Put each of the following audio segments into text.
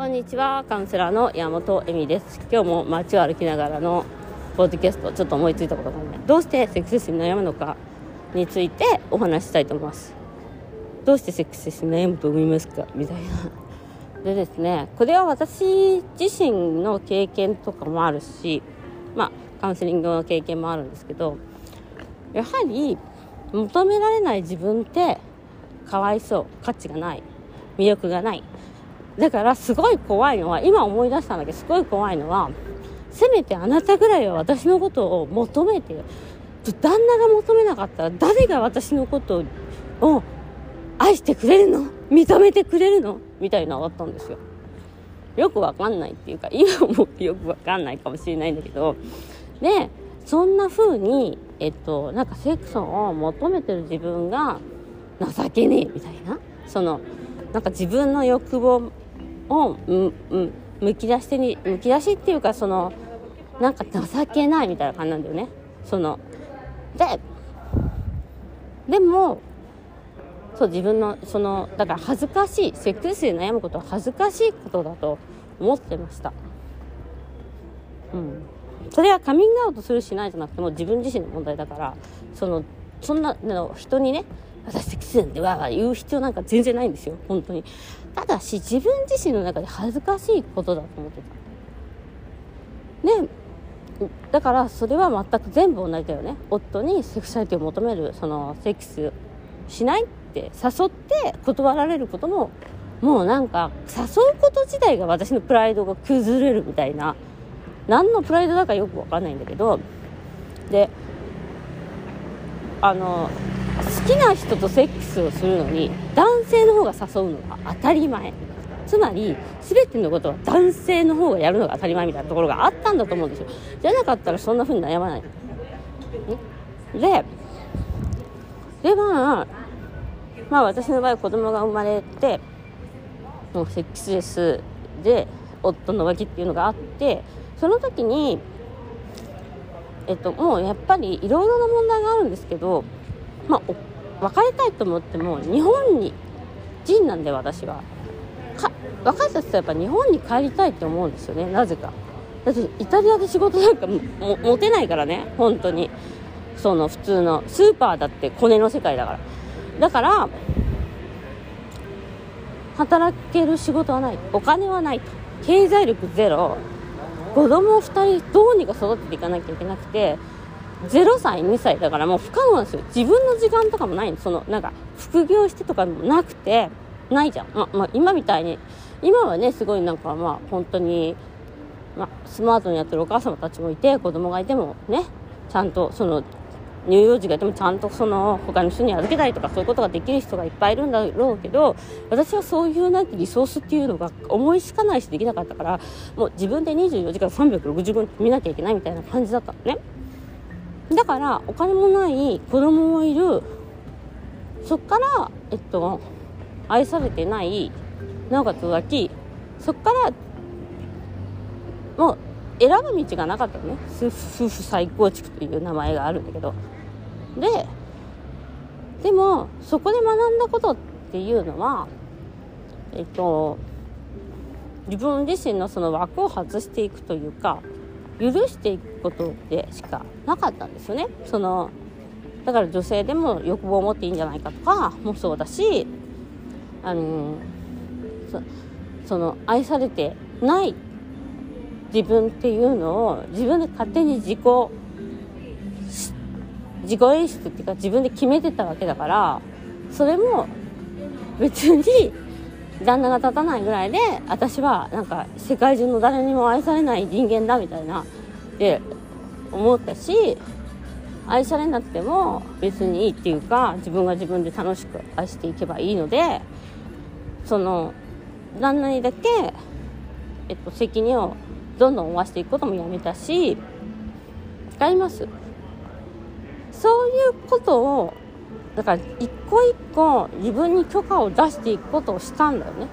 こんにちは、カウンセラーの山本恵美です。今日も街を歩きながらのポッドキャスト、ちょっと思いついたことがね、どうしてセックスレスに悩むのかについてお話ししたいと思います。どうしてセックスレスに悩むと思いますかみたいな。でですね、これは私自身の経験とかもあるし、カウンセリングの経験もあるんですけど、やはり求められない自分ってかわいそう、価値がない、魅力がない。だからすごい怖いのは、今思い出したんだけど、すごい怖いのは、せめてあなたぐらいは私のことを求めてよ。旦那が求めなかったら誰が私のことを愛してくれるの、認めてくれるのみたいなのがあったんですよ。よくわかんないっていうか、今もよくわかんないかもしれないんだけど、でそんな風になんかセックスを求めてる自分が情けねえみたいな、なんか自分の欲望をむき出しっていうか、なんか情けないみたいな感じなんだよね。でも自分のだから恥ずかしい、セックスで悩むことは恥ずかしいことだと思ってました。それはカミングアウトするしないじゃなくても自分自身の問題だから、そんな人にね、私セックスなんでわー言う必要なんか全然ないんですよ、本当に。ただし自分自身の中で恥ずかしいことだと思ってた。でだからそれは全く全部同じだよね。夫にセクシャリティを求める、セックスしないって誘って断られることも、もうなんか誘うこと自体が私のプライドが崩れるみたいな、何のプライドだかよく分かんないんだけど、で好きな人とセックスをするのに男性の方が誘うのが当たり前、つまり全てのことは男性の方がやるのが当たり前みたいなところがあったんだと思うんですよ。じゃなかったらそんな風に悩まない。で私の場合子供が生まれて、もうセックスレスで夫の浮気っていうのがあって、その時にもうやっぱりいろいろな問題があるんですけど、別れたいと思っても日本に人なんで、私は別れた人はやっぱ日本に帰りたいって思うんですよね。なぜかだってイタリアで仕事なんか持てないからね、本当に。普通のスーパーだってコネの世界だから働ける仕事はない、お金はないと、経済力ゼロ、子供を2人どうにか育てていかなきゃいけなくて、0歳2歳だからもう不可能なんですよ。自分の時間とかもないの。なんか副業してとかもなくて、ないじゃん。今みたいに、今はねすごいなんか本当にスマートにやってるお母様たちもいて、子供がいてもね、ちゃんと乳幼児がいてもちゃんと他の人に預けたりとか、そういうことができる人がいっぱいいるんだろうけど、私はそういうリソースっていうのが思いつかないしできなかったから、もう自分で24時間365日見なきゃいけないみたいな感じだったのね。だからお金もない子供もいる、そっから愛されてない、なおかつ浮気、そっからもう選ぶ道がなかったのね。夫婦再構築という名前があるんだけど、でもそこで学んだことっていうのは、自分自身の枠を外していくというか、許していくことでしかなかったんですよね。だから女性でも欲望を持っていいんじゃないかとかもそうだし、愛されてない自分っていうのを自分で勝手に自己演出っていうか自分で決めてたわけだから、それも別に旦那が立たないぐらいで、私はなんか世界中の誰にも愛されない人間だみたいなって思ったし、愛されなくても別にいいっていうか、自分が自分で楽しく愛していけばいいので、旦那にだけ、責任をどんどん負わしていくこともやめたし、使います。そういうことをだから一個一個自分に許可を出していくことをしたんだよね。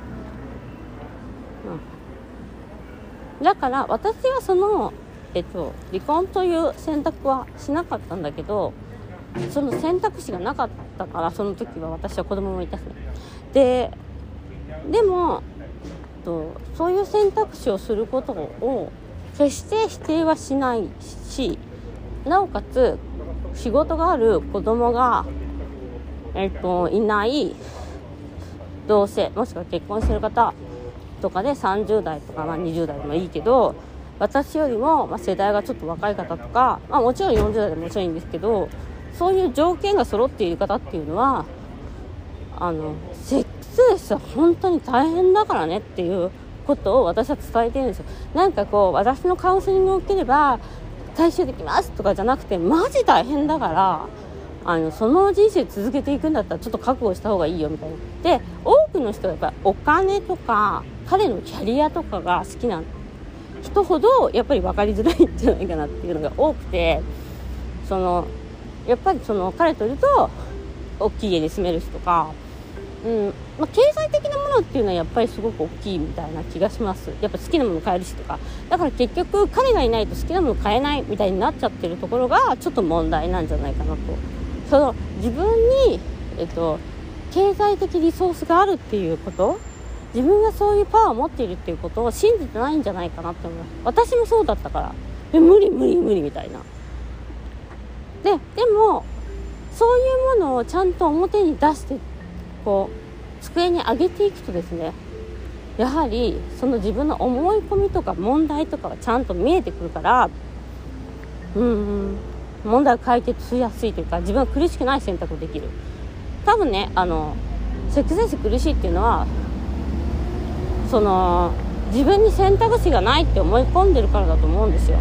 だから私は離婚という選択はしなかったんだけど、その選択肢がなかったから、その時は私は子供もいたし、でもそういう選択肢をすることを決して否定はしないし、なおかつ仕事がある子供が、いない同性もしくは結婚してる方とかで30代とか、20代でもいいけど、私よりも、世代がちょっと若い方とか、もちろん40代でももちろんいいんですけど、そういう条件が揃っている方っていうのはセックスレスは本当に大変だからねっていうことを私は伝えてるんですよ。なんか私のカウンセリングを受ければ回収できますとかじゃなくて、マジ大変だからその人生続けていくんだったらちょっと覚悟した方がいいよみたいな。で、多くの人はやっぱりお金とか彼のキャリアとかが好きな人ほどやっぱり分かりづらいんじゃないかなっていうのが多くて、やっぱり彼といると大きい家に住める人とか、経済的なものっていうのはやっぱりすごく大きいみたいな気がします。やっぱ好きなもの買えるしとか、だから結局彼がいないと好きなもの買えないみたいになっちゃってるところがちょっと問題なんじゃないかなと。自分に、経済的リソースがあるっていうこと、自分がそういうパワーを持っているっていうことを信じてないんじゃないかなって思います。私もそうだったから無理みたいな。でもそういうものをちゃんと表に出して机に上げていくとですね、やはりその自分の思い込みとか問題とかがちゃんと見えてくるから、問題を解決しやすいというか、自分は苦しくない選択をできる。多分ね、セックスレス苦しいっていうのは自分に選択肢がないって思い込んでるからだと思うんですよ。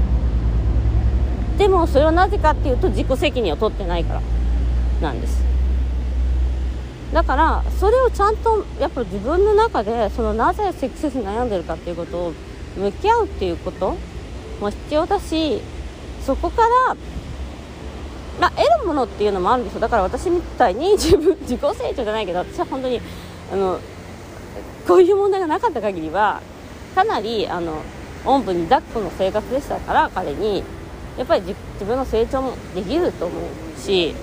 でもそれはなぜかっていうと、自己責任を取ってないからなんです。だからそれをちゃんとやっぱり自分の中でなぜセックスレスに悩んでるかっていうことを向き合うっていうことも必要だし、そこから得るものっていうのもあるんですよ。だから私みたいに自己成長じゃないけど、私は本当にこういう問題がなかった限りはかなりおんぶに抱っこの生活でしたから、彼にやっぱり自分の成長もできると思うし、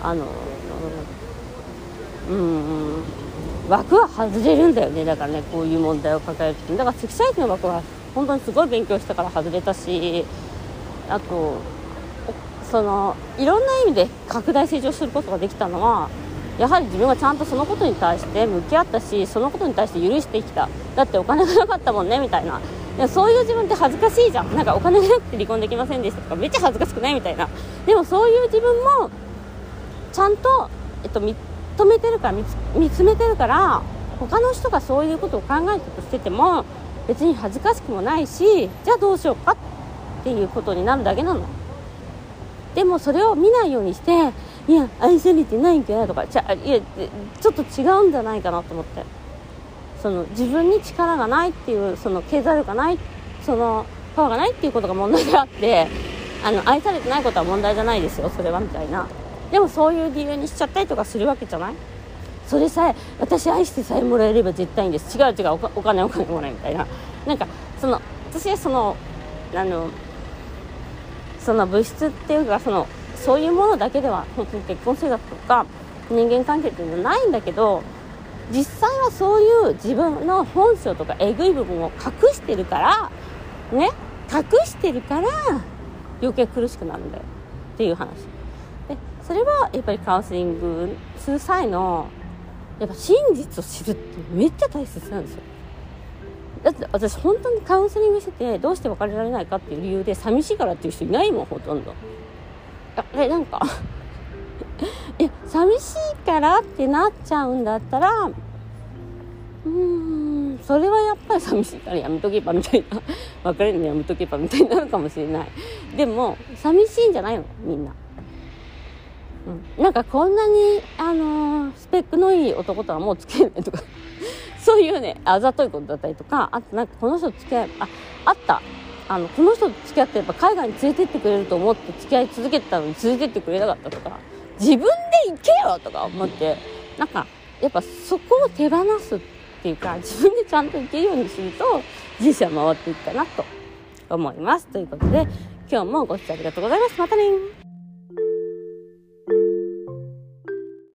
枠は外れるんだよね。だからね、こういう問題を抱えると、だからセクシャリティの枠は本当にすごい勉強したから外れたし、あといろんな意味で拡大成長することができたのは、やはり自分がちゃんとそのことに対して向き合ったし、そのことに対して許してきた。だってお金がなかったもんねみたいな。そういう自分って恥ずかしいじゃん。なんかお金がなくて離婚できませんでしたとか、めっちゃ恥ずかしくないみたいな。でもそういう自分もちゃんと、認めてるから見つめてるから、他の人がそういうことを考えてとしてても別に恥ずかしくもないし、じゃあどうしようかっていうことになるだけなの。でもそれを見ないようにして、いや愛されてないんかなとか、ちょっと違うんじゃないかなと思って、自分に力がないっていう、経済力がない、パワーがないっていうことが問題であって、愛されてないことは問題じゃないですよ、それはみたいな。でもそういう理由にしちゃったりとかするわけじゃない。それさえ私愛してさえもらえれば絶対いいんです。違うお金もらえみたいな。なんか私は物質っていうかそういうものだけでは本当に結婚生活とか人間関係っていうのはないんだけど、実際はそういう自分の本性とかえぐい部分を隠してるから余計苦しくなるんだよっていう話で、それはやっぱりカウンセリングする際のやっぱ真実を知るってめっちゃ大切なんですよ。だって私本当にカウンセリングしててどうして別れられないかっていう理由で寂しいからっていう人いないもん、ほとんど。なんか寂しいからってなっちゃうんだったら、それはやっぱり寂しいからやめとけばみたいな、別れるのやめとけばみたいになるかもしれない。でも寂しいんじゃないのみんな。なんかこんなにスペックのいい男とはもう付き合えないとかそういうね、あざといことだったりとか、あとなんかこの人と付き合いこの人と付き合ってやっぱ海外に連れてってくれると思って付き合い続けてたのに連れてってくれなかったとか、自分で行けよとか思って、なんかやっぱそこを手放すっていうか、自分でちゃんと行けるようにすると人生は回っていくかなと思います。ということで今日もご視聴ありがとうございます。またね。